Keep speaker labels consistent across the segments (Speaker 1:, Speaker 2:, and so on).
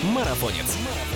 Speaker 1: Марафонец.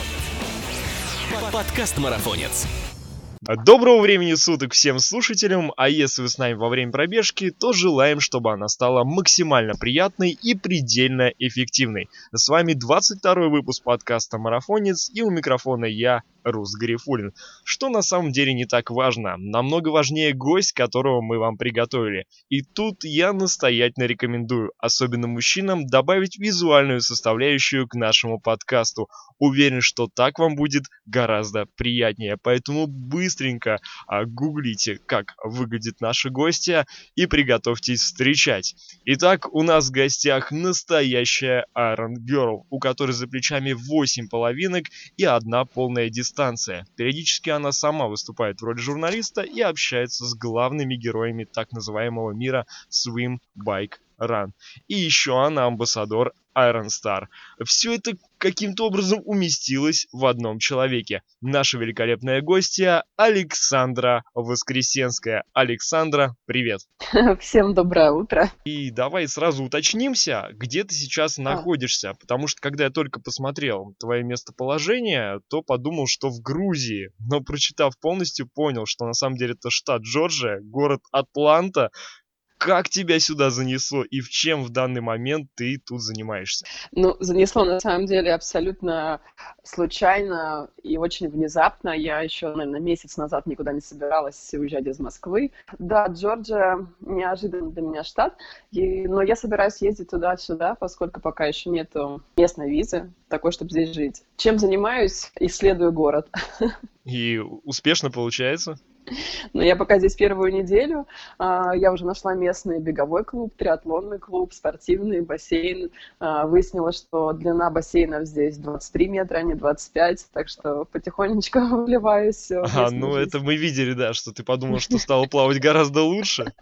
Speaker 1: Подкаст Марафонец.
Speaker 2: Доброго времени суток всем слушателям, а если вы с нами во время пробежки, то желаем, чтобы она стала максимально приятной и предельно эффективной. С вами 22-й выпуск подкаста «Марафонец», и у микрофона я, Рус Гарифуллин. Что на самом деле не так важно, намного важнее гость, которого мы вам приготовили. И тут я настоятельно рекомендую, особенно мужчинам, добавить визуальную составляющую к нашему подкасту. Уверен, что так вам будет гораздо приятнее, поэтому быстренько гуглите, как выглядит наша гостья, и приготовьтесь встречать. Итак, у нас в гостях настоящая Iron Girl, у которой за плечами 8 половинок и одна полная дистанция. Периодически она сама выступает в роли журналиста и общается с главными героями так называемого мира Swim, Bike, Run. И еще она амбассадор Iron Star. Все это каким-то образом уместилось в одном человеке. Наша великолепная гостья Александра Воскресенская. Александра, привет.
Speaker 3: Всем доброе утро.
Speaker 2: И давай сразу уточнимся, где ты сейчас находишься, потому что когда я только посмотрел твое местоположение, то подумал, что в Грузии, но прочитав полностью, понял, что на самом деле это штат Джорджия, город Атланта. Как тебя сюда занесло и в чем в данный момент ты тут занимаешься?
Speaker 3: Ну, занесло на самом деле абсолютно случайно и очень внезапно. Я еще, наверное, месяц назад никуда не собиралась уезжать из Москвы. Да, Джорджия неожиданно для меня штат, но я собираюсь ездить туда-сюда, поскольку пока еще нету местной визы, такой, чтобы здесь жить. Чем занимаюсь? Исследую город.
Speaker 2: И успешно получается?
Speaker 3: Но я пока здесь первую неделю. Я уже нашла местный беговой клуб, триатлонный клуб, спортивный бассейн. Выяснила, что длина бассейнов здесь 23 метра, а не 25. Так что потихонечку вливаюсь.
Speaker 2: Ну это мы видели, да, что ты подумал, что стала плавать гораздо лучше.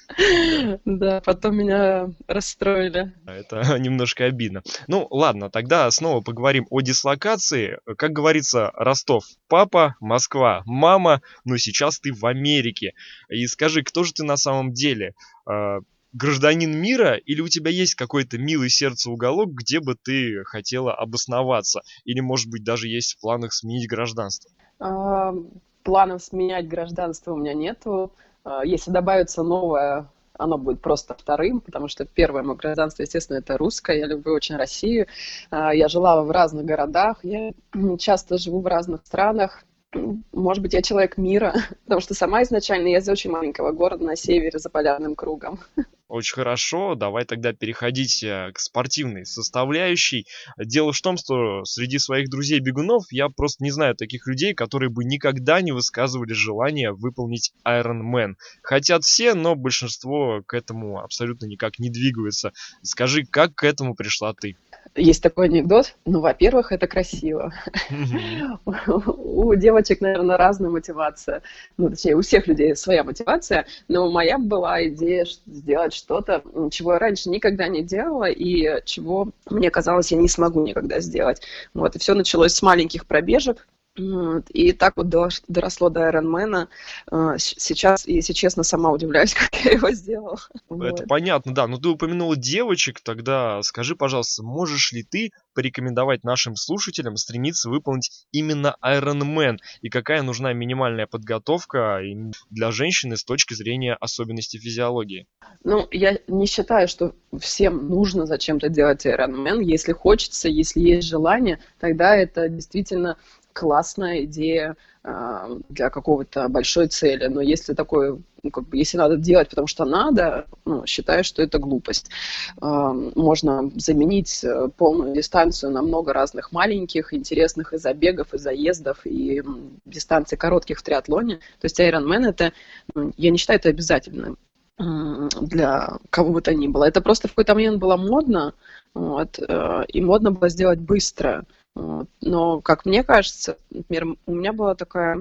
Speaker 3: Да, потом меня расстроили.
Speaker 2: Это немножко обидно. Ну, ладно, тогда снова поговорим о дислокации. Как говорится, Ростов — папа, Москва — мама, но сейчас ты в Америке. И скажи, кто же ты на самом деле? Гражданин мира, или у тебя есть какой-то милый сердцу уголок, где бы ты хотела обосноваться? Или, может быть, даже есть в планах сменить гражданство?
Speaker 3: Планов сменять гражданство у меня нету. Если добавится новое, оно будет просто вторым, потому что первое мое гражданство, естественно, это русское. Я люблю очень Россию. Я жила в разных городах, я часто живу в разных странах. Может быть, я человек мира, потому что сама изначально я из очень маленького города на севере за полярным кругом.
Speaker 2: Очень хорошо, давай тогда переходить к спортивной составляющей. Дело в том, что среди своих друзей-бегунов я просто не знаю таких людей, которые бы никогда не высказывали желание выполнить Ironman. Хотят все, но большинство к этому абсолютно никак не двигаются. Скажи, как к этому пришла ты?
Speaker 3: Есть такой анекдот. Ну, во-первых, это красиво. У девочек, наверное, разная мотивация. Ну, точнее, у всех людей своя мотивация. Но моя была идея сделать что-то, чего я раньше никогда не делала и чего, мне казалось, я не смогу никогда сделать. Вот. И все началось с маленьких пробежек. И так вот доросло до Ironman. Сейчас, если честно, сама удивляюсь, как я его сделала.
Speaker 2: Это
Speaker 3: Вот.
Speaker 2: понятно, да. Но ты упомянула девочек, тогда скажи, пожалуйста, можешь ли ты порекомендовать нашим слушателям стремиться выполнить именно Ironman? И какая нужна минимальная подготовка для женщины с точки зрения особенностей физиологии?
Speaker 3: Ну, я не считаю, что всем нужно зачем-то делать Ironman. Если хочется, если есть желание, тогда это действительно классная идея для какого-то большой цели. Но если такое, ну, как бы, если надо делать, потому что надо, ну, считаю, что это глупость. Можно заменить полную дистанцию на много разных маленьких, интересных и забегов, и заездов, и дистанций коротких в триатлоне. То есть Ironman это, я не считаю это обязательным для кого бы то ни было. Это просто в какой-то момент было модно, вот, и модно было сделать быстро. Вот. Но, как мне кажется, например, у меня была такая...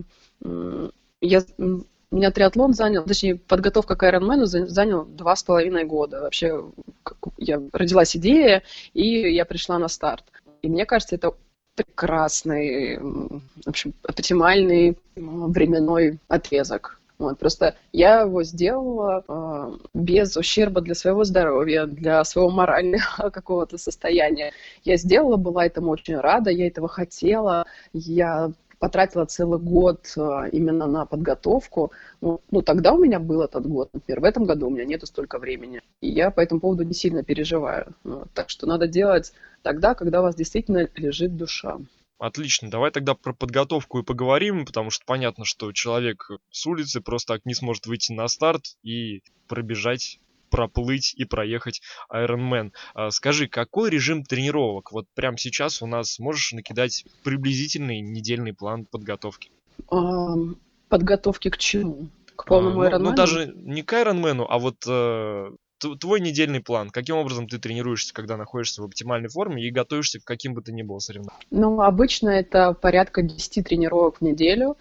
Speaker 3: Меня триатлон занял, точнее, подготовка к Ironman занял 2,5 года. Вообще, родилась идея, и я пришла на старт. И мне кажется, это прекрасный, в общем, оптимальный временной отрезок. Вот, просто я его сделала без ущерба для своего здоровья, для своего морального какого-то состояния. Я сделала, была этому очень рада, я этого хотела, я потратила целый год именно на подготовку. Ну, тогда у меня был этот год, например. В этом году у меня нету столько времени. И я по этому поводу не сильно переживаю. Вот, так что надо делать тогда, когда у вас действительно лежит душа.
Speaker 2: Отлично, давай тогда про подготовку и поговорим, потому что понятно, что человек с улицы просто так не сможет выйти на старт и пробежать, проплыть и проехать Ironman. Скажи, какой режим тренировок? Вот прямо сейчас у нас можешь накидать приблизительный недельный план подготовки?
Speaker 3: Подготовки к чему? К полному
Speaker 2: Ну,
Speaker 3: Ironman?
Speaker 2: даже не к Ironman, а вот твой недельный план. Каким образом ты тренируешься, когда находишься в оптимальной форме и готовишься к каким бы то ни было соревнованиям?
Speaker 3: Ну, обычно это порядка 10 тренировок в неделю.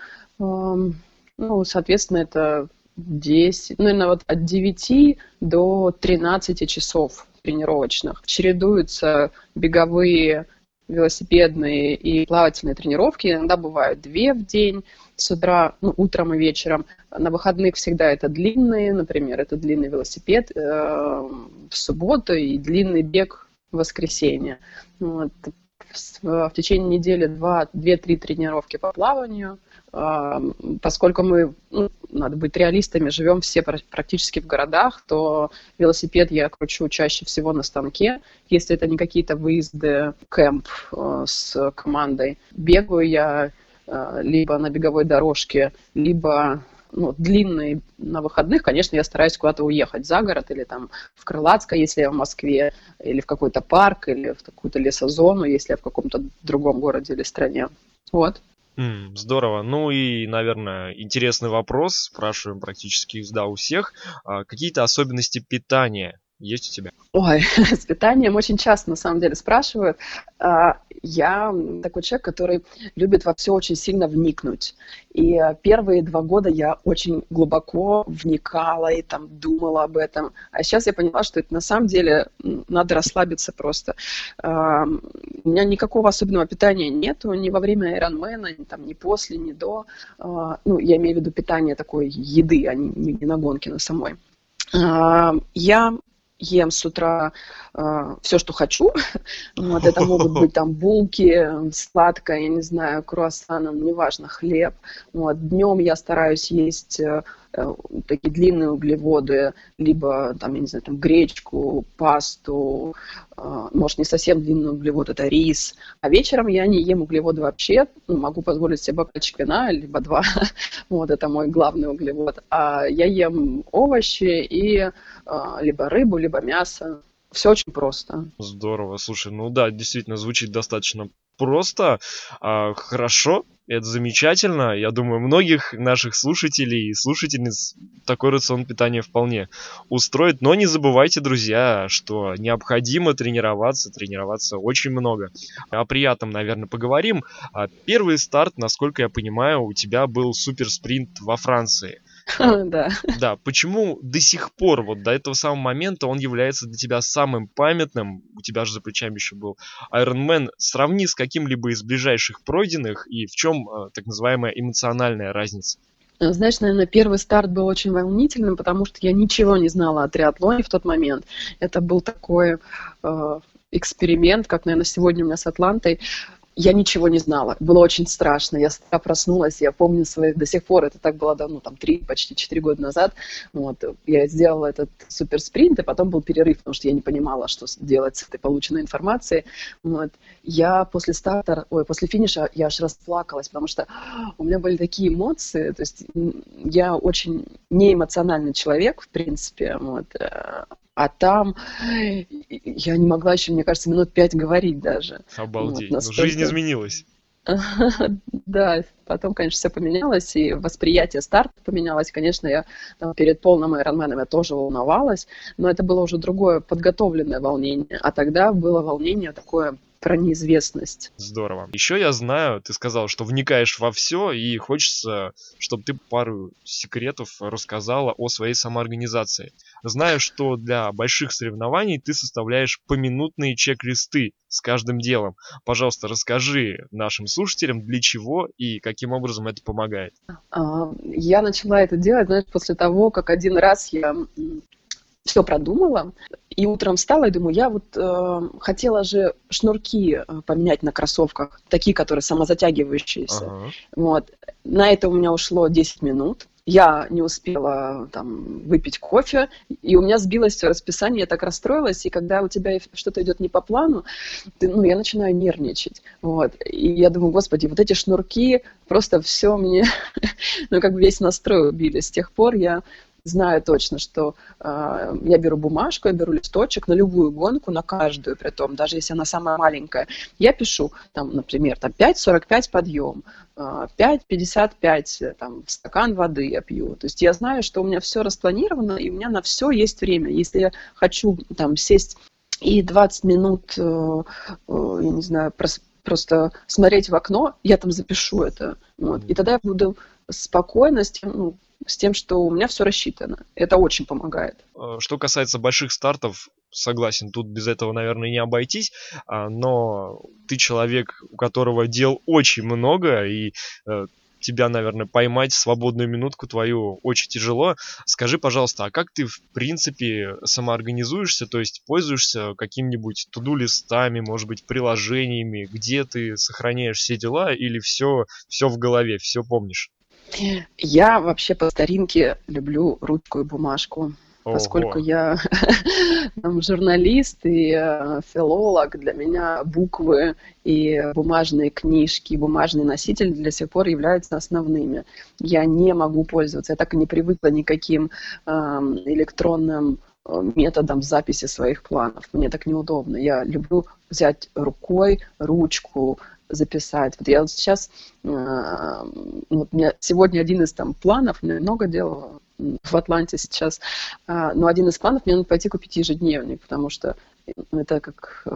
Speaker 3: Ну, соответственно, это 10, ну, наверное, вот от 9 до 13 часов тренировочных. Чередуются беговые, велосипедные и плавательные тренировки. Иногда бывают 2 в день, с утра, ну, утром и вечером. На выходных всегда это длинные, например, это длинный велосипед в субботу и длинный бег в воскресенье. Вот. В течение недели 2-3 тренировки по плаванию. Поскольку мы, ну, надо быть реалистами, живем все практически в городах, то велосипед я кручу чаще всего на станке, если это не какие-то выезды, кемп с командой. Бегаю я либо на беговой дорожке, либо длинные на выходных, конечно, я стараюсь куда-то уехать за город или там в Крылатское, если я в Москве, или в какой-то парк, или в какую-то лесозону, если я в каком-то другом городе или стране. Вот.
Speaker 2: Здорово. Ну и, наверное, интересный вопрос, спрашиваем практически у всех. Какие-то особенности питания есть у тебя?
Speaker 3: Ой, с питанием очень часто, на самом деле, спрашивают. Я такой человек, который любит во все очень сильно вникнуть. И первые 2 года я очень глубоко вникала и там думала об этом. А сейчас я поняла, что это на самом деле надо расслабиться просто. У меня никакого особенного питания нету ни во время Ironman, ни после, ни до. Ну, я имею в виду питание такой еды, а не на гонке на самой. Я ем с утра все, что хочу. Вот, это могут быть там булки, сладкое, я не знаю, круассаны, неважно, хлеб. Вот. Днем я стараюсь есть такие длинные углеводы, либо там, я не знаю, там гречку, пасту, может, не совсем длинный углевод, это рис. А вечером я не ем углеводы вообще, могу позволить себе бокальчик вина, либо 2. Вот, это мой главный углевод. А я ем овощи и либо рыбу, либо мясо. Все очень просто.
Speaker 2: Здорово. Слушай, ну да, действительно звучит достаточно просто, хорошо, это замечательно. Я думаю, многих наших слушателей и слушательниц такой рацион питания вполне устроит. Но не забывайте, друзья, что необходимо тренироваться очень много. О приятном, наверное, поговорим. Первый старт, насколько я понимаю, у тебя был суперспринт во Франции.
Speaker 3: Да.
Speaker 2: Да, почему до сих пор, вот до этого самого момента, он является для тебя самым памятным? У тебя же за плечами еще был Ironman. Сравни с каким-либо из ближайших пройденных, и в чем так называемая эмоциональная разница?
Speaker 3: Знаешь, наверное, первый старт был очень волнительным, потому что я ничего не знала о триатлоне в тот момент. Это был такой эксперимент, как, наверное, сегодня у меня с Атлантой. Я ничего не знала. Было очень страшно. Я проснулась, я помню до сих пор, это так было давно, там, почти 4 года назад. Вот. Я сделала этот суперспринт, и потом был перерыв, потому что я не понимала, что делать с этой полученной информацией. Вот. Я после финиша я аж расплакалась, потому что у меня были такие эмоции. То есть я очень неэмоциональный человек, в принципе. Вот. А там я не могла еще, мне кажется, минут 5 говорить даже.
Speaker 2: Обалдеть.
Speaker 3: Вот,
Speaker 2: Ну, жизнь изменилась.
Speaker 3: Да, потом, конечно, все поменялось, и восприятие старта поменялось. Конечно, я перед полным Ironman я тоже волновалась, но это было уже другое, подготовленное волнение. А тогда было волнение такое про неизвестность.
Speaker 2: Здорово. Еще я знаю, ты сказал, что вникаешь во все, и хочется, чтобы ты пару секретов рассказала о своей самоорганизации. Знаю, что для больших соревнований ты составляешь поминутные чек-листы с каждым делом. Пожалуйста, расскажи нашим слушателям, для чего и каким образом это помогает.
Speaker 3: Я начала это делать, знаешь, после того, как один раз я все продумала, и утром встала и думаю, я вот хотела же шнурки поменять на кроссовках, такие, которые самозатягивающиеся.
Speaker 2: Ага.
Speaker 3: Вот. На это у меня ушло 10 минут. Я не успела там выпить кофе, и у меня сбилось все расписание, я так расстроилась, и когда у тебя что-то идет не по плану, я начинаю нервничать. Вот. И я думаю, господи, вот эти шнурки, просто все мне, весь настрой убили. С тех пор я знаю точно, что я беру бумажку, я беру листочек на любую гонку, на каждую, притом, даже если она самая маленькая. Я пишу, там, например, 5:45 подъем, 5:55 там, стакан воды я пью. То есть я знаю, что у меня все распланировано, и у меня на все есть время. Если я хочу там сесть и 20 минут, я не знаю, просто смотреть в окно, я там запишу это. Вот. И тогда я буду спокойно с тем, что у меня все рассчитано. Это очень помогает.
Speaker 2: Что касается больших стартов, согласен, тут без этого, наверное, не обойтись, но ты человек, у которого дел очень много, и тебя, наверное, поймать свободную минутку твою очень тяжело. Скажи, пожалуйста, а как ты, в принципе, самоорганизуешься, то есть пользуешься какими-нибудь туду-листами, может быть, приложениями, где ты сохраняешь все дела, или все в голове, все помнишь?
Speaker 3: Я вообще по старинке люблю ручку и бумажку. Поскольку
Speaker 2: Ого.
Speaker 3: я журналист и филолог, для меня буквы и бумажные книжки, бумажный носитель до сих пор являются основными. Я не могу пользоваться, я так и не привыкла никаким электронным методом записи своих планов. Мне так неудобно. Я люблю взять рукой ручку, записать. Вот я вот сейчас, вот у меня сегодня один из там планов, у меня много дел в Атланте сейчас, но один из планов, мне надо пойти купить ежедневник, потому что это как...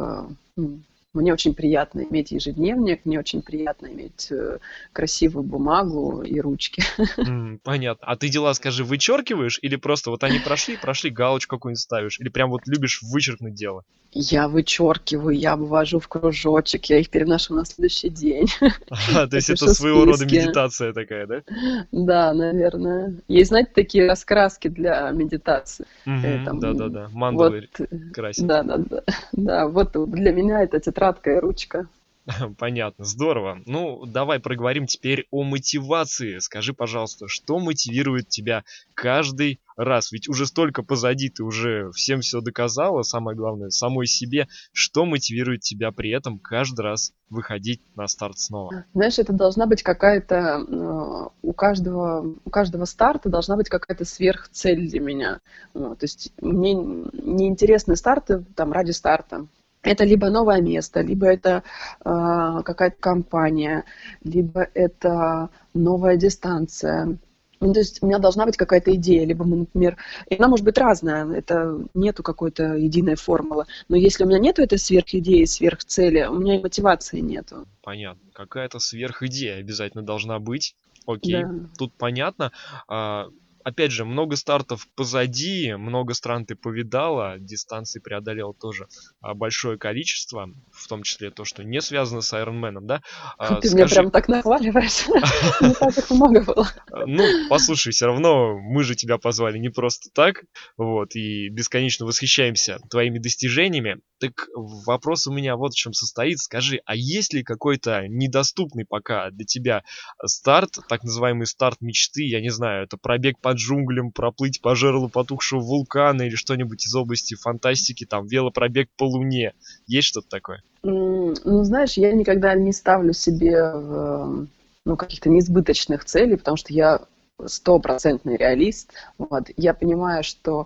Speaker 3: Мне очень приятно иметь ежедневник, мне очень приятно иметь красивую бумагу и ручки.
Speaker 2: Понятно. А ты дела, скажи, вычеркиваешь или просто вот они прошли, галочку какую-нибудь ставишь? Или прям вот любишь вычеркнуть дело?
Speaker 3: Я вычеркиваю, я обвожу в кружочек, я их переношу на следующий день.
Speaker 2: То
Speaker 3: Я
Speaker 2: есть это
Speaker 3: пишу
Speaker 2: своего рода
Speaker 3: списки.
Speaker 2: медитация такая, да?
Speaker 3: Да, наверное. Есть, знаете, такие раскраски для медитации.
Speaker 2: Да-да-да.
Speaker 3: Вот,
Speaker 2: Мандалы красят.
Speaker 3: да, да, да, да, вот для меня это тетрадка и ручка.
Speaker 2: Понятно, здорово. Ну, давай проговорим теперь о мотивации. Скажи, пожалуйста, что мотивирует тебя каждый раз? Ведь уже столько позади, ты уже всем все доказала, самое главное, самой себе. Что мотивирует тебя при этом каждый раз выходить на старт снова?
Speaker 3: Знаешь, это должна быть какая-то, у каждого старта должна быть какая-то сверхцель для меня. То есть мне не интересны старты там ради старта. Это либо новое место, либо это какая-то компания, либо это новая дистанция. То есть у меня должна быть какая-то идея, либо мы, например, и она может быть разная, это нету какой-то единой формулы. Но если у меня нету этой сверхидеи, сверхцели, у меня и мотивации нету.
Speaker 2: Понятно. Какая-то сверхидея обязательно должна быть. Окей,
Speaker 3: Да.
Speaker 2: тут понятно. Опять же, много стартов позади, много стран ты повидала, дистанции преодолела тоже большое количество, в том числе то, что не связано с Ironman, да?
Speaker 3: Ты меня
Speaker 2: Скажи,
Speaker 3: прям так нахваливаешь. Не так их много было.
Speaker 2: ну, послушай, все равно мы же тебя позвали не просто так, вот, и бесконечно восхищаемся твоими достижениями. Так вопрос у меня вот в чем состоит. Скажи, а есть ли какой-то недоступный пока для тебя старт, так называемый старт мечты, я не знаю, это пробег по джунглям, проплыть по жерлу потухшего вулкана или что-нибудь из области фантастики, там, велопробег по Луне. Есть что-то такое?
Speaker 3: Ну, знаешь, я никогда не ставлю себе каких-то несбыточных целей, потому что я стопроцентный реалист. Вот. Я понимаю, что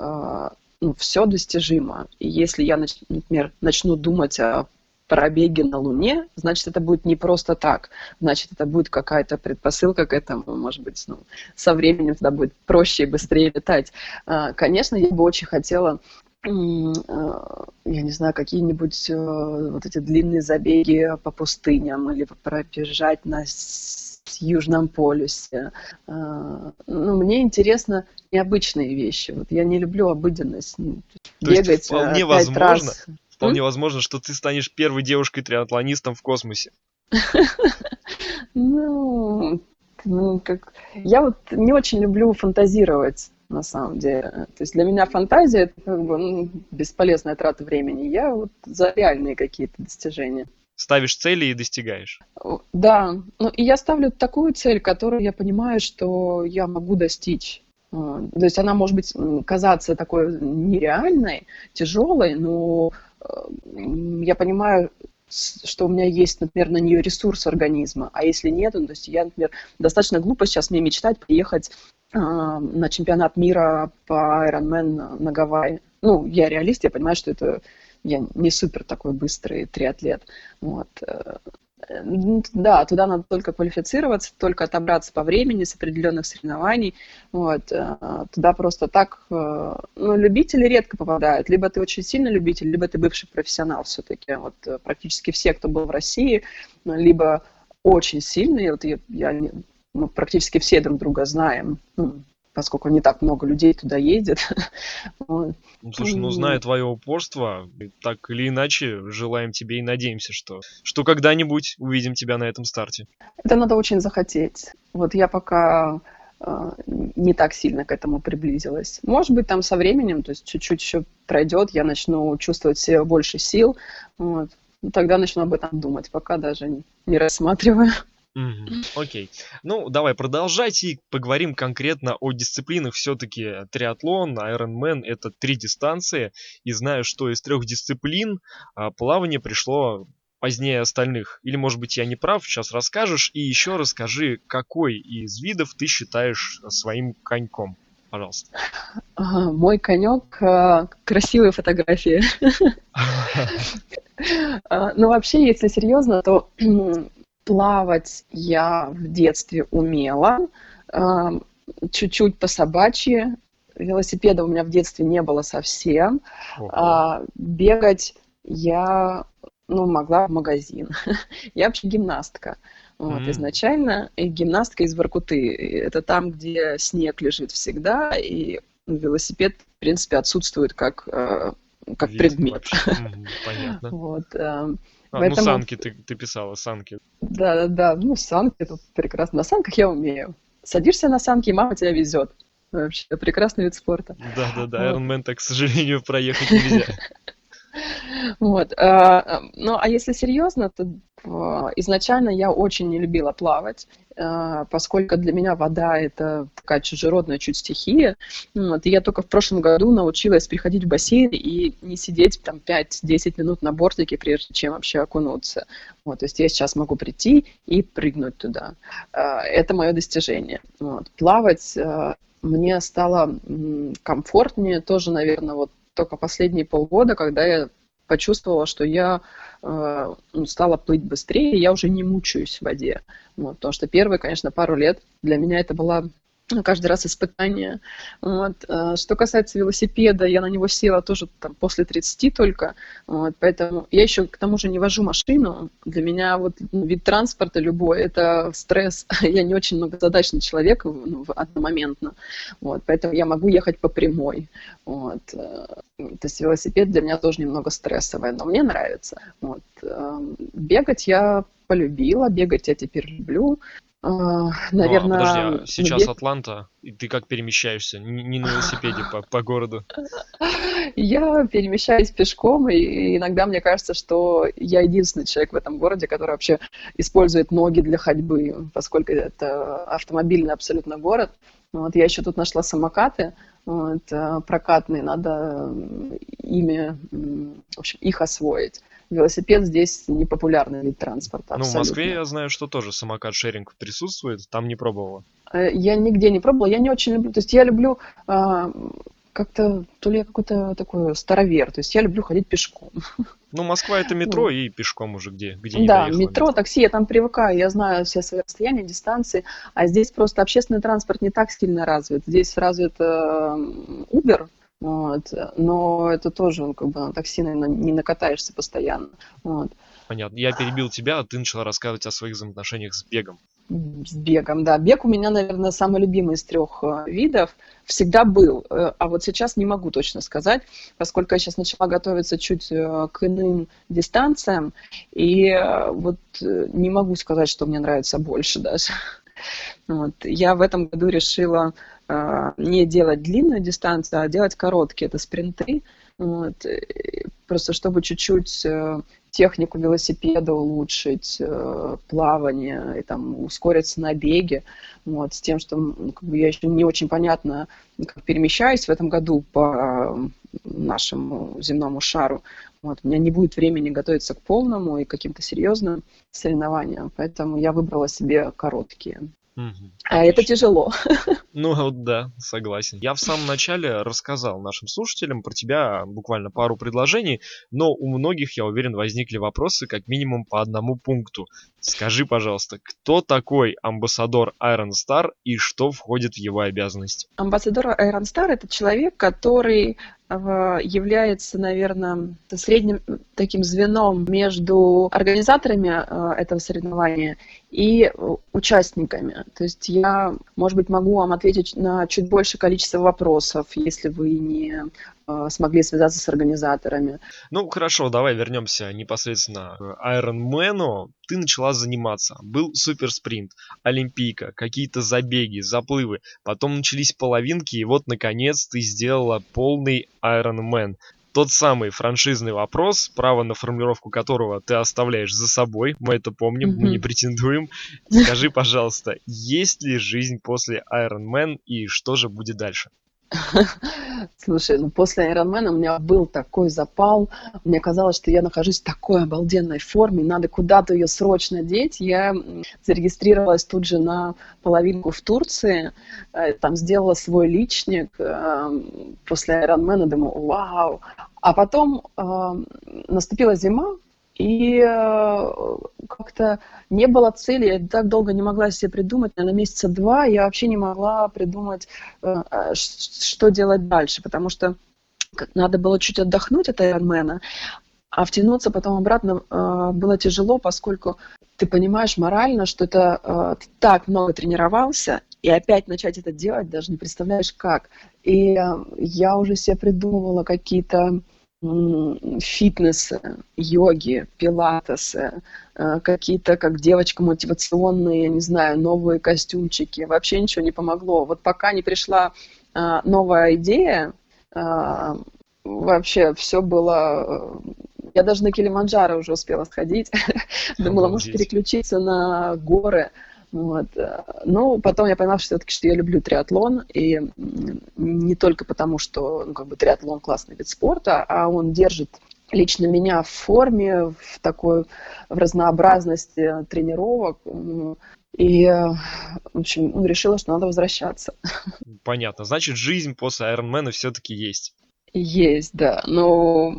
Speaker 3: все достижимо. И если я, например, начну думать о пробеге на Луне, значит, это будет не просто так. Значит, это будет какая-то предпосылка к этому. Может быть, со временем тогда будет проще и быстрее летать. Конечно, я бы очень хотела Я не знаю, какие-нибудь вот эти длинные забеги по пустыням или пробежать на Южном полюсе. Ну, мне интересно необычные вещи. Вот я не люблю обыденность.
Speaker 2: То есть
Speaker 3: Бегать 5 раз. М?
Speaker 2: вполне возможно, что ты станешь первой девушкой-триатлонистом в космосе.
Speaker 3: Ну, как... Я вот не очень люблю фантазировать, на самом деле. То есть для меня фантазия — это как бы бесполезная трата времени. Я вот за реальные какие-то достижения.
Speaker 2: Ставишь цели и достигаешь.
Speaker 3: Да, ну и я ставлю такую цель, которую я понимаю, что я могу достичь. То есть она может быть казаться такой нереальной, тяжелой, но я понимаю, что у меня есть, например, на нее ресурс организма, а если нет, то есть я, например, достаточно глупо сейчас мне мечтать приехать на чемпионат мира по Ironman на Гавайи. Ну, я реалист, я понимаю, что это я не супер такой быстрый триатлет. Вот. Да, туда надо только квалифицироваться, только отобраться по времени с определенных соревнований. Вот. Туда просто так, ну, любители редко попадают. Либо ты очень сильный любитель, либо ты бывший профессионал все-таки. Вот практически все, кто был в России, либо очень сильные, вот мы практически все друг друга знаем, поскольку не так много людей туда ездит. Вот.
Speaker 2: Ну, слушай, ну зная твое упорство, так или иначе, желаем тебе и надеемся, что когда-нибудь увидим тебя на этом старте.
Speaker 3: Это надо очень захотеть. Вот я пока не так сильно к этому приблизилась. Может быть, там со временем, то есть чуть-чуть еще пройдет, я начну чувствовать в себе больше сил. Вот. Ну, тогда начну об этом думать, пока даже не рассматриваю.
Speaker 2: Окей. Ну, давай продолжать и поговорим конкретно о дисциплинах. Все-таки триатлон, Ironman — это 3 дистанции. И знаю, что из 3 дисциплин плавание пришло позднее остальных. Или, может быть, я не прав, сейчас расскажешь. И еще расскажи, какой из видов ты считаешь своим коньком. Пожалуйста.
Speaker 3: Мой конек красивые фотографии. Ну, вообще, если серьезно, то плавать я в детстве умела, чуть-чуть по-собачьи. Велосипеда у меня в детстве не было совсем. Бегать я, могла в магазин. Я вообще гимнастка. Вот, изначально и гимнастка из Воркуты. Это там, где снег лежит всегда, и велосипед, в принципе, отсутствует как предмет.
Speaker 2: Понятно.
Speaker 3: Вот,
Speaker 2: ну санки ты писала, санки.
Speaker 3: Да, ну санки, это прекрасно. На санках я умею. Садишься на санки, и мама тебя везет. Вообще, прекрасный вид спорта.
Speaker 2: Да, Ironman так, к сожалению, проехать нельзя.
Speaker 3: Вот. Ну, а если серьезно, то изначально я очень не любила плавать, поскольку для меня вода — это такая чужеродная чуть стихия. Вот. И я только в прошлом году научилась приходить в бассейн и не сидеть там 5-10 минут на бортике, прежде чем вообще окунуться. Вот. То есть я сейчас могу прийти и прыгнуть туда. Это мое достижение. Вот. Плавать мне стало комфортнее тоже, наверное, вот только последние полгода, когда я почувствовала, что я стала плыть быстрее, я уже не мучаюсь в воде. Вот, потому что первые, конечно, пару лет для меня это было каждый раз испытание. Вот. Что касается велосипеда, я на него села тоже там, после 30 только. Вот. Поэтому я еще к тому же не вожу машину. Для меня вот вид транспорта любой — это стресс. Я не очень многозадачный человек одномоментно. Вот. Поэтому я могу ехать по прямой. Вот. То есть велосипед для меня тоже немного стрессовый, но мне нравится. Вот. Бегать я полюбила, бегать я теперь люблю. Наверное,
Speaker 2: подожди, сейчас Атланта, и ты как перемещаешься? Не на велосипеде по городу?
Speaker 3: Я перемещаюсь пешком, и иногда мне кажется, что я единственный человек в этом городе, который вообще использует ноги для ходьбы, поскольку это автомобильный абсолютно город. Вот, я еще тут нашла самокаты, вот, прокатные, надо ими, в общем, их освоить. Велосипед здесь непопулярный вид транспорта.
Speaker 2: Ну, в Москве я знаю, что тоже самокат-шеринг присутствует, там не пробовала.
Speaker 3: Я нигде не пробовала, я не очень люблю. То есть я люблю как-то, то ли я какой-то такой старовер, то есть я люблю ходить пешком.
Speaker 2: Ну, Москва — это метро, и пешком уже где не
Speaker 3: Да,
Speaker 2: доехала.
Speaker 3: метро, такси, я там привыкаю, я знаю все свои расстояния, дистанции, а здесь просто общественный транспорт не так сильно развит. Здесь развит Uber, вот, но это тоже, ну, как бы на такси, наверное, не накатаешься постоянно, вот.
Speaker 2: Понятно. Я перебил тебя, а ты начала рассказывать о своих взаимоотношениях с бегом.
Speaker 3: С бегом, да. Бег у меня, наверное, самый любимый из трех видов. Всегда был, а вот сейчас не могу точно сказать, поскольку я сейчас начала готовиться чуть к иным дистанциям, и вот не могу сказать, что мне нравится больше даже. Вот. Я в этом году решила не делать длинную дистанцию, а делать короткие, это спринты. Вот. Просто чтобы чуть-чуть технику велосипеда улучшить, плавание, и там ускориться на беге, вот, с тем, что как бы, я еще не очень понятно, как перемещаюсь в этом году по нашему земному шару. Вот, у меня не будет времени готовиться к полному и каким-то серьезным соревнованиям, поэтому я выбрала себе короткие.
Speaker 2: Мгм.
Speaker 3: А это
Speaker 2: Отлично.
Speaker 3: тяжело.
Speaker 2: Ну вот да, согласен. Я в самом начале рассказал нашим слушателям про тебя буквально пару предложений, но у многих, я уверен, возникли вопросы как минимум по одному пункту. Скажи, пожалуйста, кто такой амбассадор Iron Star и что входит в его обязанности?
Speaker 3: Амбассадор Iron Star — это человек, который является, наверное, средним таким звеном между организаторами этого соревнования и участниками. То есть я, может быть, могу вам ответить на чуть большее количество вопросов, если вы не смогли связаться с организаторами.
Speaker 2: Ну хорошо, давай вернемся непосредственно к Ironman'у. Ты начала заниматься. Был суперспринт, олимпийка, какие-то забеги, заплывы. Потом начались половинки, и вот, наконец, ты сделала полный Ironman. Тот самый франшизный вопрос, право на формулировку которого ты оставляешь за собой. Мы это помним, мы не
Speaker 3: Мгм.
Speaker 2: претендуем. Скажи, пожалуйста, есть ли жизнь после Ironman и что же будет дальше?
Speaker 3: Слушай, ну после Ironman у меня был такой запал. Мне казалось, что я нахожусь в такой обалденной форме, надо куда-то ее срочно деть. Я зарегистрировалась тут же на половинку в Турции, там сделала свой личник. После Ironman думаю, вау. А потом наступила зима, и как-то не было цели, я так долго не могла себе придумать, наверное, месяца два я вообще не могла придумать, что делать дальше, потому что надо было чуть отдохнуть от Ironman, а втянуться потом обратно было тяжело, поскольку ты понимаешь морально, что это ты так много тренировался, и опять начать это делать даже не представляешь как. И я уже себе придумывала какие-то фитнесы, йоги, пилатесы, какие-то, как девочка, мотивационные, не знаю, новые костюмчики. Вообще ничего не помогло. Вот пока не пришла новая идея, вообще все было... Я даже на Килиманджаро уже успела сходить. Думала, может,
Speaker 2: Обалдеть.
Speaker 3: переключиться на горы. Вот. Но потом я поняла, что все-таки что я люблю триатлон, и не только потому, что ну, как бы триатлон классный вид спорта, а он держит лично меня в форме, в такой в разнообразности тренировок. И, в общем, ну, решила, что надо возвращаться.
Speaker 2: Понятно. Значит, жизнь после Ironman'а все-таки есть.
Speaker 3: Есть, да, но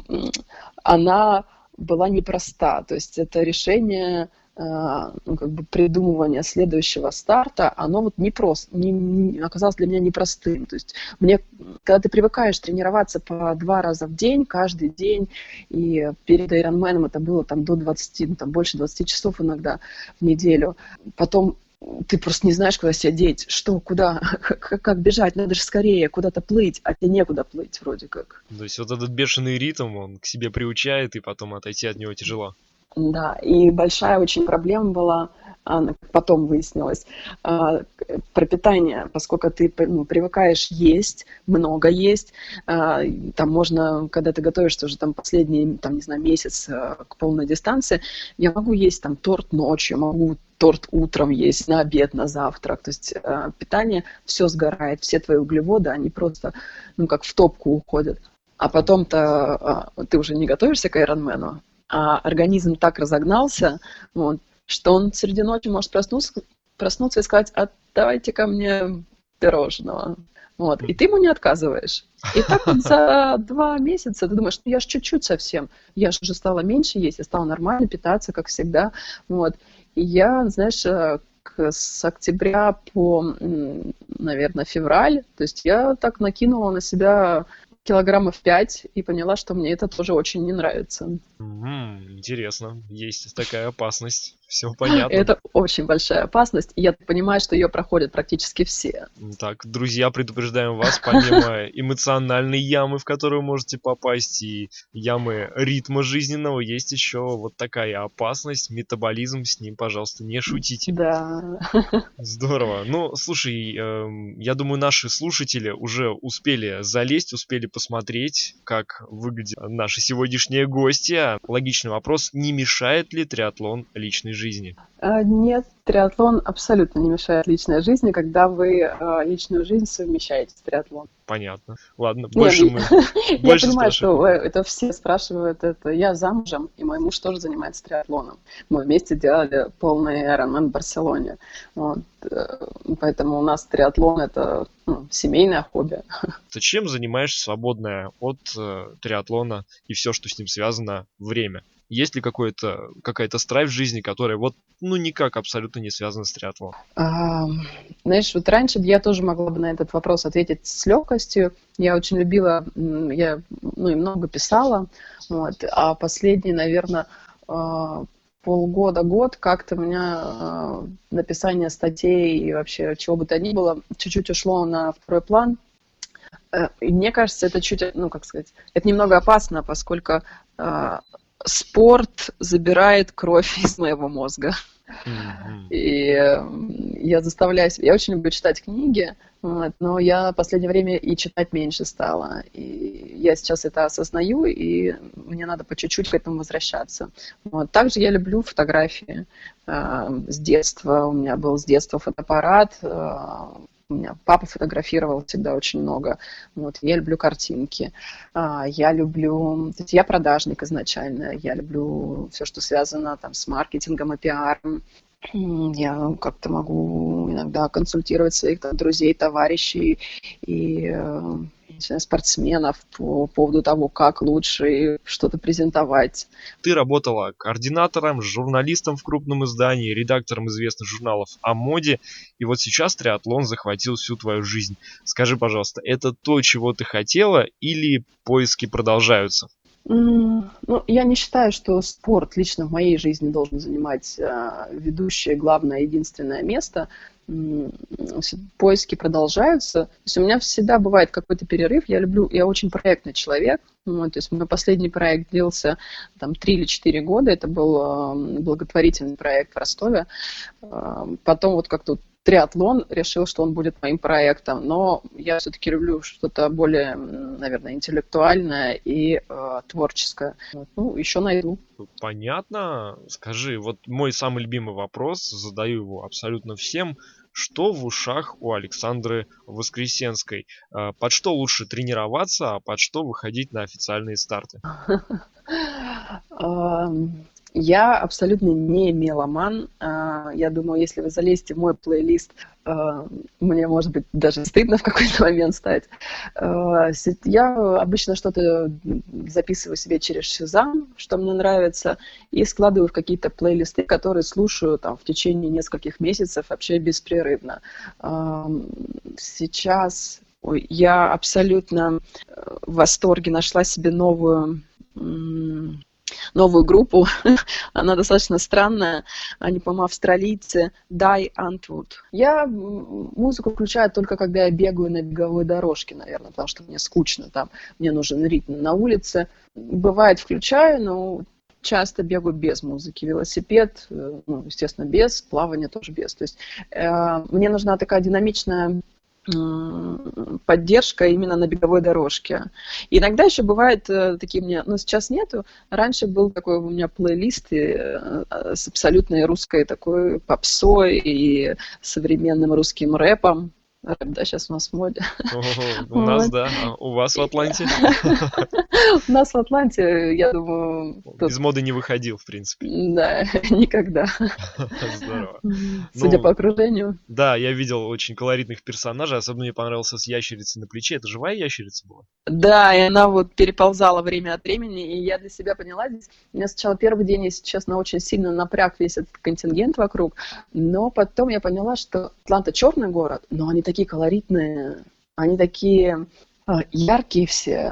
Speaker 3: она была непроста. То есть это решение, ну, как бы придумывание следующего старта, оно вот оказалось для меня непростым. То есть мне, когда ты привыкаешь тренироваться по 2 раза в день, каждый день, и перед Ironman это было там до 20, ну, там больше 20 часов иногда в неделю, потом ты просто не знаешь, куда себя деть, что, куда, как бежать, надо же скорее куда-то плыть, а тебе некуда плыть вроде как.
Speaker 2: То есть вот этот бешеный ритм, он к себе приучает, и потом отойти от него тяжело.
Speaker 3: Да, и большая очень проблема была, потом выяснилось, про питание, поскольку ты ну, привыкаешь есть, много есть, там можно, когда ты готовишься уже там последний, там, не знаю, месяц к полной дистанции, я могу есть там торт ночью, могу торт утром есть, на обед, на завтрак, то есть питание все сгорает, все твои углеводы, они просто, ну, как в топку уходят. А потом-то ты уже не готовишься к айронмену, а организм так разогнался, вот, что он среди ночи может проснуться и сказать, а давайте ко мне пирожного. Вот. И ты ему не отказываешь. И так вот за 2 месяца ты думаешь, ну я ж чуть-чуть совсем, я же уже стала меньше есть, я стала нормально питаться, как всегда. Вот. И я, знаешь, с октября по, наверное, февраль, то есть я так накинула на себя килограммов 5 и поняла, что мне это тоже очень не нравится.
Speaker 2: Интересно, есть такая опасность. Все понятно.
Speaker 3: Это очень большая опасность, и я понимаю, что ее проходят практически все.
Speaker 2: Так, друзья, предупреждаем вас, помимо эмоциональной ямы, в которую можете попасть, и ямы ритма жизненного, есть еще вот такая опасность, метаболизм, с ним, пожалуйста, не шутите.
Speaker 3: Да.
Speaker 2: Здорово. Ну, слушай, я думаю, наши слушатели уже успели залезть, успели посмотреть, как выглядят наши сегодняшние гости. Логичный вопрос: не мешает ли триатлон личной жизни?
Speaker 3: Нет, триатлон абсолютно не мешает личной жизни, когда вы личную жизнь совмещаете с триатлоном.
Speaker 2: Понятно. Ладно,
Speaker 3: Нет,
Speaker 2: больше мы
Speaker 3: я
Speaker 2: больше
Speaker 3: понимаю,
Speaker 2: спрашивать не
Speaker 3: что
Speaker 2: будем.
Speaker 3: это все спрашивают это. Я замужем, и мой муж тоже занимается триатлоном. Мы вместе делали полный Ironman в Барселоне. Вот. Поэтому у нас триатлон – это семейное хобби.
Speaker 2: Ты чем занимаешься в свободное от триатлона и все, что с ним связано, время? Есть ли какая-то страсть в жизни, которая вот, ну, никак абсолютно не связана с триатлоном?
Speaker 3: А, Знаешь, вот раньше я тоже могла бы на этот вопрос ответить с легкостью. Я очень любила, я и много писала, вот, а последние, наверное, полгода-год как-то у меня написание статей и вообще чего бы то ни было чуть-чуть ушло на второй план. И мне кажется, это чуть, как сказать, это немного опасно, поскольку спорт забирает кровь из моего мозга.
Speaker 2: Мгм.
Speaker 3: И я заставляю себя... Я очень люблю читать книги, вот, но я в последнее время и читать меньше стала. И я сейчас это осознаю, и мне надо по чуть-чуть к этому возвращаться. Вот. Также я люблю фотографии. С детства у меня был с детства фотоаппарат. У меня папа фотографировал всегда очень много. Вот. Я люблю картинки. Я люблю... То есть я продажник изначально. Я люблю все, что связано там, с маркетингом и пиаром. Я как-то могу иногда консультировать своих там, друзей, товарищей и не знаю, спортсменов по поводу того, как лучше что-то презентовать.
Speaker 2: Ты работала координатором, журналистом в крупном издании, редактором известных журналов о моде, и вот сейчас триатлон захватил всю твою жизнь. Скажи, пожалуйста, это то, чего ты хотела, или поиски продолжаются?
Speaker 3: Ну, я не считаю, что спорт лично в моей жизни должен занимать ведущее, главное, единственное место. Поиски продолжаются. То есть у меня всегда бывает какой-то перерыв. Я очень проектный человек. Вот, то есть мой последний проект длился там 3 или 4 года. Это был благотворительный проект в Ростове. Потом вот как-то триатлон решил, что он будет моим проектом, но я все-таки люблю что-то более, наверное, интеллектуальное и творческое. Вот, еще найду.
Speaker 2: Понятно. Скажи, вот мой самый любимый вопрос, задаю его абсолютно всем. Что в ушах у Александры Воскресенской? Под что лучше тренироваться, а под что выходить на официальные старты?
Speaker 3: Я абсолютно не меломан. Я думаю, если вы залезете в мой плейлист, мне, может быть, даже стыдно в какой-то момент стать. Я обычно что-то записываю себе через Shazam, что мне нравится, и складываю в какие-то плейлисты, которые слушаю там, в течение нескольких месяцев вообще беспрерывно. Сейчас я абсолютно в восторге нашла себе новую группу. Она достаточно странная. Они, по-моему, австралийцы. Die Antwoord. Я музыку включаю только когда я бегаю на беговой дорожке, наверное, потому что мне скучно там. Мне нужен ритм на улице. Бывает, включаю, но часто бегаю без музыки. Велосипед, естественно, без. Плавание тоже без. То есть мне нужна такая динамичная поддержка именно на беговой дорожке. И иногда еще бывает такие у меня, сейчас нету, раньше был такой у меня плейлист с абсолютной русской такой попсой и современным русским рэпом. Рэп, да, сейчас у нас в моде.
Speaker 2: У нас, да, а у вас в Атланте?
Speaker 3: У нас в Атланте, я думаю...
Speaker 2: Без моды не выходил, в принципе.
Speaker 3: Да, никогда.
Speaker 2: Здорово.
Speaker 3: Судя по окружению.
Speaker 2: Да, я видел очень колоритных персонажей, особенно мне понравился с ящерицей на плече. Это живая ящерица была?
Speaker 3: Да, и она вот переползала время от времени, и я для себя поняла здесь. У меня сначала первый день, если честно, очень сильно напряг весь этот контингент вокруг, но потом я поняла, что Атланта черный город, но они такие колоритные, они такие Яркие все,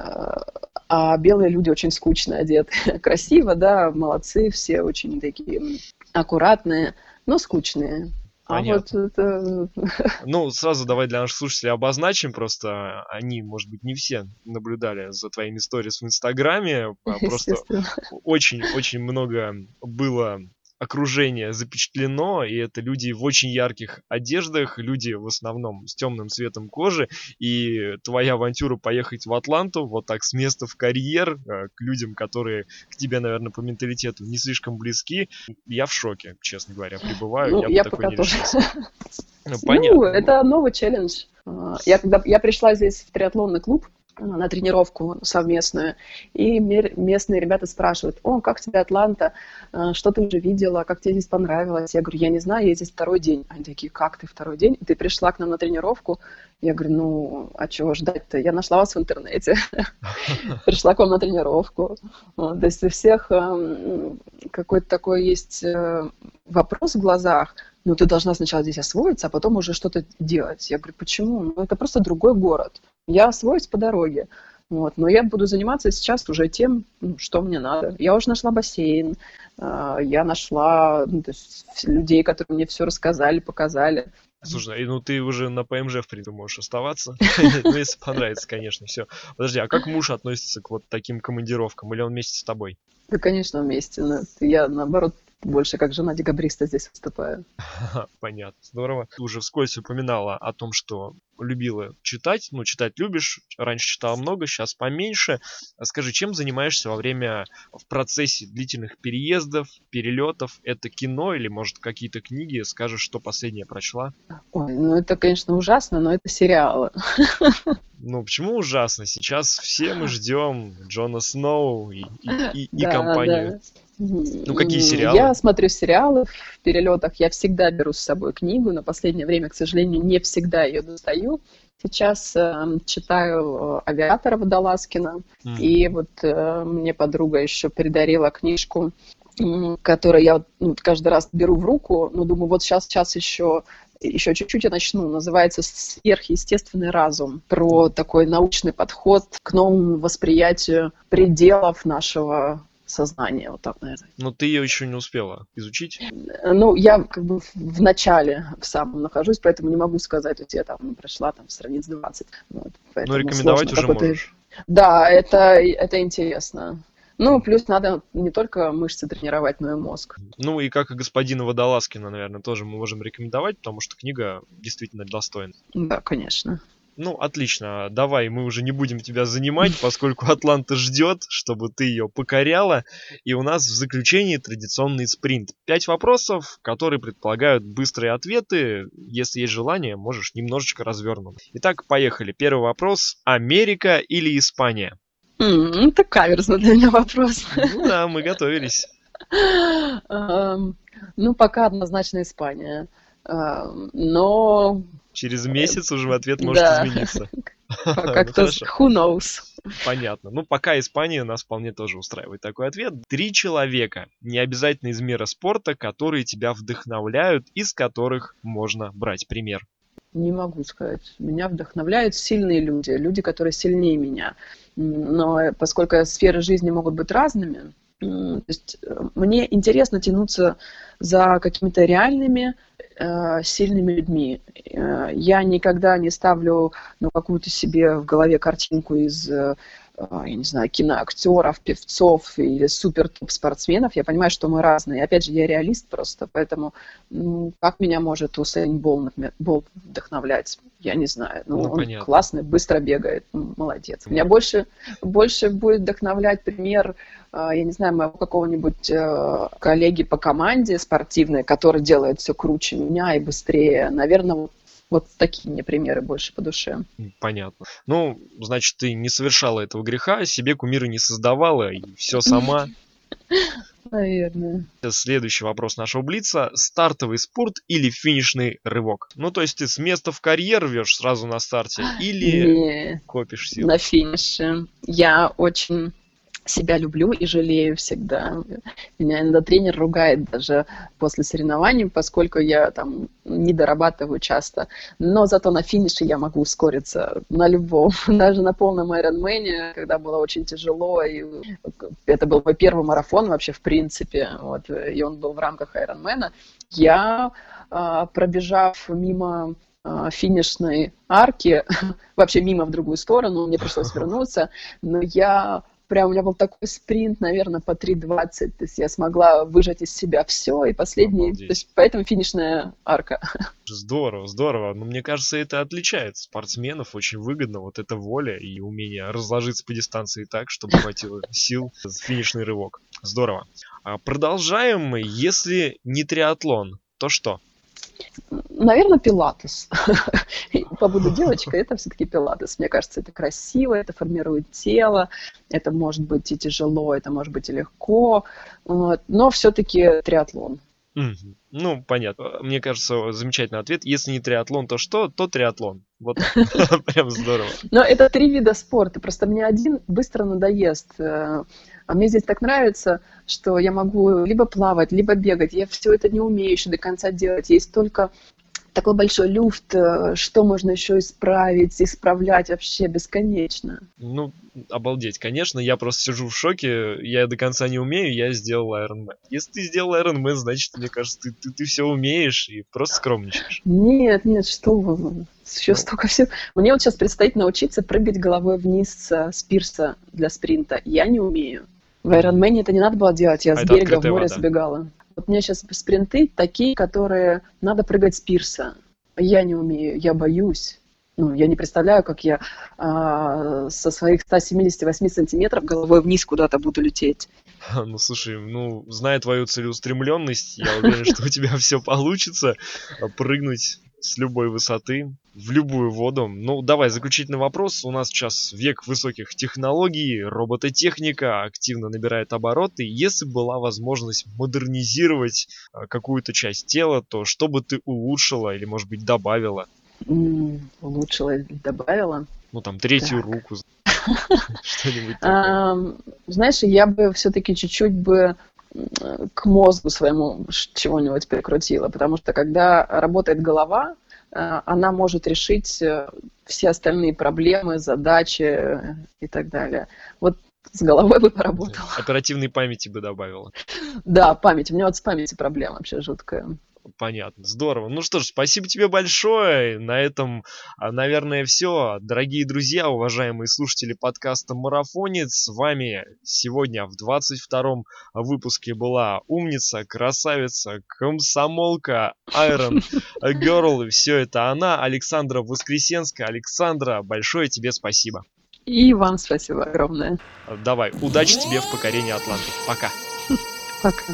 Speaker 3: а белые люди очень скучно одеты. Красиво, да, молодцы, все очень такие аккуратные, но скучные. А вот
Speaker 2: Понятно.
Speaker 3: это...
Speaker 2: Ну, сразу давай для наших слушателей обозначим, просто они, может быть, не все наблюдали за твоими сторис в Инстаграме, а просто
Speaker 3: Естественно.
Speaker 2: очень-очень много было окружение запечатлено, и это люди в очень ярких одеждах, люди в основном с темным цветом кожи, и твоя авантюра поехать в Атланту, вот так с места в карьер, к людям, которые к тебе, наверное, по менталитету не слишком близки, я в шоке, честно говоря, пребываю,
Speaker 3: Ну,
Speaker 2: я бы
Speaker 3: я
Speaker 2: такой
Speaker 3: пока
Speaker 2: не
Speaker 3: тоже.
Speaker 2: решился. Ну,
Speaker 3: Ну,
Speaker 2: понятно. Ну,
Speaker 3: это новый челлендж. Я пришла здесь в триатлонный клуб на тренировку совместную, и местные ребята спрашивают: о, как тебе Атланта, что ты уже видела, как тебе здесь понравилось? Я говорю: я не знаю, я здесь второй день. Они такие: как ты второй день? Ты пришла к нам на тренировку? Я говорю: ну, а чего ждать-то? Я нашла вас в интернете, пришла к вам на тренировку. То есть у всех какой-то такой есть вопрос в глазах: ну, ты должна сначала здесь освоиться, а потом уже что-то делать. Я говорю: почему? Ну, это просто другой город. Я освоюсь по дороге. Вот. Но я буду заниматься сейчас уже тем, что мне надо. Я уже нашла бассейн, я нашла, ну, то есть людей, которые мне все рассказали, показали.
Speaker 2: слушай, ну ты уже на ПМЖ, в принципе, можешь оставаться. Ну, если понравится, конечно, все. Подожди, а как муж относится к вот таким командировкам? Или он вместе с тобой?
Speaker 3: Да, конечно, вместе. Но я, наоборот, больше как жена декабриста здесь выступаю.
Speaker 2: Понятно, здорово. Ты уже вскользь упоминала о том, что любила читать. Ну, читать любишь. Раньше читала много, сейчас поменьше. А скажи, чем занимаешься в процессе длительных переездов, перелетов? Это кино или, может, какие-то книги? Скажешь, что последнее прочла?
Speaker 3: Ой, ну это, конечно, ужасно, но это сериалы.
Speaker 2: Ну, почему ужасно? Сейчас все мы ждем Джона Сноу и
Speaker 3: Да,
Speaker 2: компанию.
Speaker 3: да.
Speaker 2: Ну, какие
Speaker 3: Я
Speaker 2: сериалы?
Speaker 3: смотрю сериалы в перелетах, я всегда беру с собой книгу, но последнее время, к сожалению, не всегда ее достаю. Сейчас читаю «Авиатора» Водолазкина, и вот мне подруга еще передарила книжку, которую я каждый раз беру в руку, но думаю, вот сейчас еще чуть-чуть я начну. Называется «Сверхъестественный разум». Про такой научный подход к новому восприятию пределов нашего сознания. Вот так, наверное.
Speaker 2: Но ты ее еще не успела изучить?
Speaker 3: Ну, я как бы в начале в самом нахожусь, поэтому не могу сказать, вот я там прошла там страниц 20. Вот,
Speaker 2: Но
Speaker 3: поэтому
Speaker 2: рекомендовать
Speaker 3: сложно
Speaker 2: уже
Speaker 3: какой-то...
Speaker 2: можешь.
Speaker 3: Да, это интересно. Ну, плюс надо не только мышцы тренировать, но и мозг.
Speaker 2: Ну и как и господина Водолазкина, наверное, тоже мы можем рекомендовать, потому что книга действительно достойна.
Speaker 3: Да, конечно.
Speaker 2: Ну, отлично. Давай, мы уже не будем тебя занимать, поскольку Атланта ждет, чтобы ты ее покоряла. И у нас в заключении традиционный спринт. 5 вопросов, которые предполагают быстрые ответы. Если есть желание, можешь немножечко развернуть. Итак, поехали. Первый вопрос. Америка или Испания?
Speaker 3: Это каверзно для меня вопрос.
Speaker 2: Ну да, мы готовились.
Speaker 3: Ну, пока однозначно Испания. Но,
Speaker 2: Через месяц уже ответ может
Speaker 3: да,
Speaker 2: измениться.
Speaker 3: пока
Speaker 2: Ну
Speaker 3: кто...
Speaker 2: хорошо.
Speaker 3: Who knows?
Speaker 2: Понятно. Ну, пока Испания нас вполне тоже устраивает такой ответ. 3 человека, не обязательно из мира спорта, которые тебя вдохновляют и с которых можно брать пример.
Speaker 3: Не могу сказать. Меня вдохновляют сильные люди, люди, которые сильнее меня. Но поскольку сферы жизни могут быть разными, то есть мне интересно тянуться за какими-то реальными сильными людьми. Я никогда не ставлю какую-то себе в голове картинку из, я не знаю, киноактеров, певцов или супер топ-спортсменов. Я понимаю, что мы разные. Опять же, я реалист просто, поэтому как меня может Усейн Болт вдохновлять? Я не знаю. Ну,
Speaker 2: Ну,
Speaker 3: он
Speaker 2: понятно.
Speaker 3: классный, быстро бегает, молодец. Меня больше будет вдохновлять пример, я не знаю, моего какого-нибудь коллеги по команде спортивной, который делает все круче меня и быстрее. Наверное, вот такие мне примеры больше по душе.
Speaker 2: Понятно. Ну, значит, ты не совершала этого греха, себе кумира не создавала, и все сама.
Speaker 3: Наверное.
Speaker 2: Следующий вопрос нашего блица. Стартовый спорт или финишный рывок? Ну, то есть ты с места в карьер рвешь сразу на старте или
Speaker 3: Не,
Speaker 2: копишь
Speaker 3: на
Speaker 2: силы?
Speaker 3: финише. Я очень себя люблю и жалею всегда. Меня иногда тренер ругает даже после соревнований, поскольку я там не дорабатываю часто. Но зато на финише я могу ускориться на любом. Даже на полном Ironman, когда было очень тяжело. И это был мой первый марафон вообще в принципе. Вот, и он был в рамках Ironman. Я, пробежав мимо финишной арки, вообще мимо в другую сторону, мне пришлось вернуться, но у меня был такой спринт, наверное, по 3:20, то есть я смогла выжать из себя все, и последний, то есть поэтому финишная арка.
Speaker 2: Здорово, здорово. Но мне кажется, это отличает спортсменов, очень выгодно, вот эта воля и умение разложиться по дистанции так, чтобы хватило сил в финишный рывок. Здорово. Продолжаем. Если не триатлон, то что?
Speaker 3: Наверное, пилатес. Побуду девочкой, это все-таки пилатес. Мне кажется, это красиво, это формирует тело, это может быть и тяжело, это может быть и легко, но все-таки триатлон.
Speaker 2: Ну, понятно. Мне кажется, замечательный ответ. Если не триатлон, то что? То триатлон. Вот прям здорово.
Speaker 3: Но это 3 вида спорта. Просто мне один быстро надоест. А мне здесь так нравится, что я могу либо плавать, либо бегать. Я все это не умею еще до конца делать. Есть только такой большой люфт, что можно еще исправлять вообще бесконечно.
Speaker 2: Ну, обалдеть, конечно, я просто сижу в шоке, я до конца не умею, я сделал Ironman. Если ты сделал Ironman, значит, мне кажется, ты все умеешь и просто скромничаешь.
Speaker 3: Нет, что вы, еще столько всего. Мне вот сейчас предстоит научиться прыгать головой вниз с пирса для спринта. Я не умею. В Ironman это не надо было делать, я с берега в море сбегала. Вот у меня сейчас спринты такие, которые надо прыгать с пирса. Я не умею, я боюсь. Я не представляю, как я со своих 178 сантиметров головой вниз куда-то буду лететь.
Speaker 2: Ну, слушай, зная твою целеустремленность, я уверен, что у тебя все получится прыгнуть с любой высоты в любую воду. Ну, давай, заключительный вопрос. У нас сейчас век высоких технологий, робототехника активно набирает обороты. Если бы была возможность модернизировать какую-то часть тела, то что бы ты улучшила или, может быть, добавила?
Speaker 3: Улучшила или добавила?
Speaker 2: Там, третью руку. Что-нибудь такое.
Speaker 3: Знаешь, я бы все-таки чуть-чуть к мозгу своему чего-нибудь прикрутила, потому что когда работает голова, она может решить все остальные проблемы, задачи и так далее. Вот с головой бы поработала.
Speaker 2: Оперативной памяти бы добавила.
Speaker 3: Да, память. У меня вот с памятью проблема вообще жуткая.
Speaker 2: Понятно, здорово. Ну что ж, спасибо тебе большое. На этом, наверное, все. Дорогие друзья, уважаемые слушатели подкаста «Марафонец», с вами сегодня в 22-м выпуске была умница, красавица, комсомолка, Iron Girl. Все это она, Александра Воскресенская. Александра, большое тебе спасибо.
Speaker 3: И вам спасибо огромное.
Speaker 2: Давай, удачи тебе в покорении Атлантики. Пока.
Speaker 3: Пока.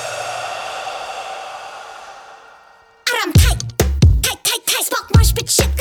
Speaker 1: Spark, mosh pit shit.